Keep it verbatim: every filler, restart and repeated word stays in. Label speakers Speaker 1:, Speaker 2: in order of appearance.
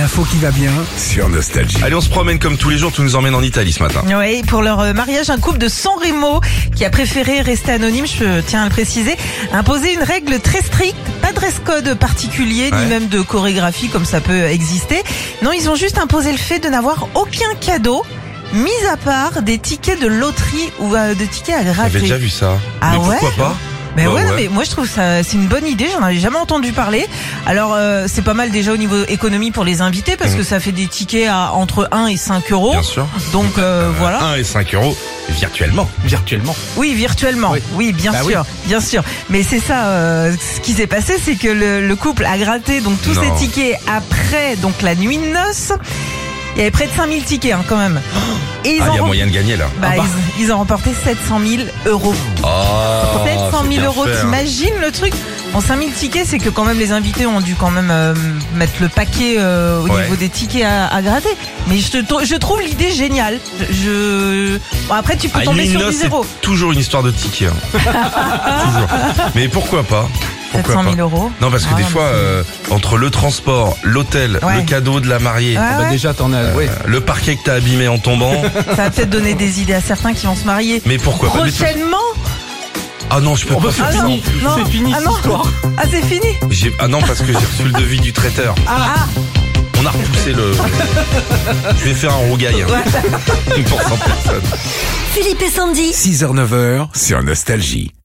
Speaker 1: L'info qui va bien sur Nostalgie.
Speaker 2: Allez, on se promène comme tous les jours, tu nous emmènes en Italie ce matin.
Speaker 3: Oui, pour leur mariage, un couple de San Remo qui a préféré rester anonyme, je tiens à le préciser, a imposé une règle très stricte, pas de dress code particulier,
Speaker 2: Ouais.
Speaker 3: ni même de chorégraphie comme ça peut exister. Non, ils ont juste imposé le fait de n'avoir aucun cadeau, mis à part des tickets de loterie ou euh, des tickets à gratter.
Speaker 2: J'avais déjà vu ça.
Speaker 3: Ah
Speaker 2: mais
Speaker 3: ouais
Speaker 2: pourquoi pas?
Speaker 3: Mais
Speaker 2: Bah
Speaker 3: ouais,
Speaker 2: ouais.
Speaker 3: non, mais moi je trouve ça c'est une bonne idée, j'en avais jamais entendu parler. Alors euh, c'est pas mal déjà au niveau économie pour les invités parce
Speaker 2: Mmh.
Speaker 3: que ça fait des tickets à entre un et cinq euros.
Speaker 2: Bien sûr.
Speaker 3: Donc euh, voilà.
Speaker 2: un et cinq euros virtuellement.
Speaker 1: Virtuellement.
Speaker 3: Oui, virtuellement. Oui,
Speaker 1: Oui.
Speaker 3: bien
Speaker 1: Bah
Speaker 3: sûr, bien sûr. Mais c'est ça, euh, ce qui s'est passé, c'est que le, le couple a gratté donc tous
Speaker 2: Non.
Speaker 3: ces tickets après donc la nuit de noces. Il y avait près de cinq mille tickets hein, quand même. Et ils
Speaker 2: Ah, il y a
Speaker 3: ont
Speaker 2: moyen de gagner là.
Speaker 3: bah,
Speaker 1: Ah bah.
Speaker 3: Ils, ils ont remporté sept cent mille euros.
Speaker 2: Oh,
Speaker 3: sept cent
Speaker 2: c'est
Speaker 3: mille
Speaker 2: bien
Speaker 3: euros,
Speaker 2: fait, hein.
Speaker 3: t'imagines le truc? Bon, cinq mille tickets, c'est que quand même les invités ont dû quand même euh, mettre le paquet euh, au
Speaker 2: Ouais.
Speaker 3: niveau des tickets à, à gratter. Mais je, te- je trouve l'idée géniale. Je... Bon, après, tu peux
Speaker 2: Ah,
Speaker 3: tomber
Speaker 2: une
Speaker 3: sur
Speaker 2: noce,
Speaker 3: du zéro.
Speaker 2: c'est toujours une histoire de ticket. hein. Toujours. Mais pourquoi pas?
Speaker 3: sept
Speaker 2: Pourquoi
Speaker 3: cent
Speaker 2: pas
Speaker 3: mille euros.
Speaker 2: Non, parce que
Speaker 3: Ah,
Speaker 2: des
Speaker 3: mais
Speaker 2: fois,
Speaker 3: c'est-
Speaker 2: euh, entre le transport, l'hôtel,
Speaker 3: Ouais.
Speaker 2: le cadeau de la mariée,
Speaker 3: Ouais,
Speaker 1: Bah
Speaker 3: ouais.
Speaker 1: déjà t'en as. Ouais.
Speaker 2: le parquet que t'as abîmé en tombant.
Speaker 3: Ça va peut-être donner des idées à certains qui vont se marier.
Speaker 2: Mais pourquoi pas? Mais-
Speaker 3: Prochainement.
Speaker 2: Ah non, je peux
Speaker 1: Oh,
Speaker 2: pas
Speaker 1: bah,
Speaker 2: faire
Speaker 3: Ah
Speaker 1: c'est
Speaker 2: ça.
Speaker 3: non,
Speaker 1: fini.
Speaker 3: non.
Speaker 1: C'est fini
Speaker 3: Ah
Speaker 1: cette
Speaker 3: non.
Speaker 1: histoire.
Speaker 3: Ah, c'est fini.
Speaker 2: J'ai- Ah non, parce que j'ai reçu le devis du traiteur.
Speaker 3: Ah,
Speaker 2: On a repoussé le. Je vais faire un rougail hein,
Speaker 3: ouais.
Speaker 2: pour cent personnes.
Speaker 4: Philippe et Sandy.
Speaker 1: six heures neuf heures sur Nostalgie.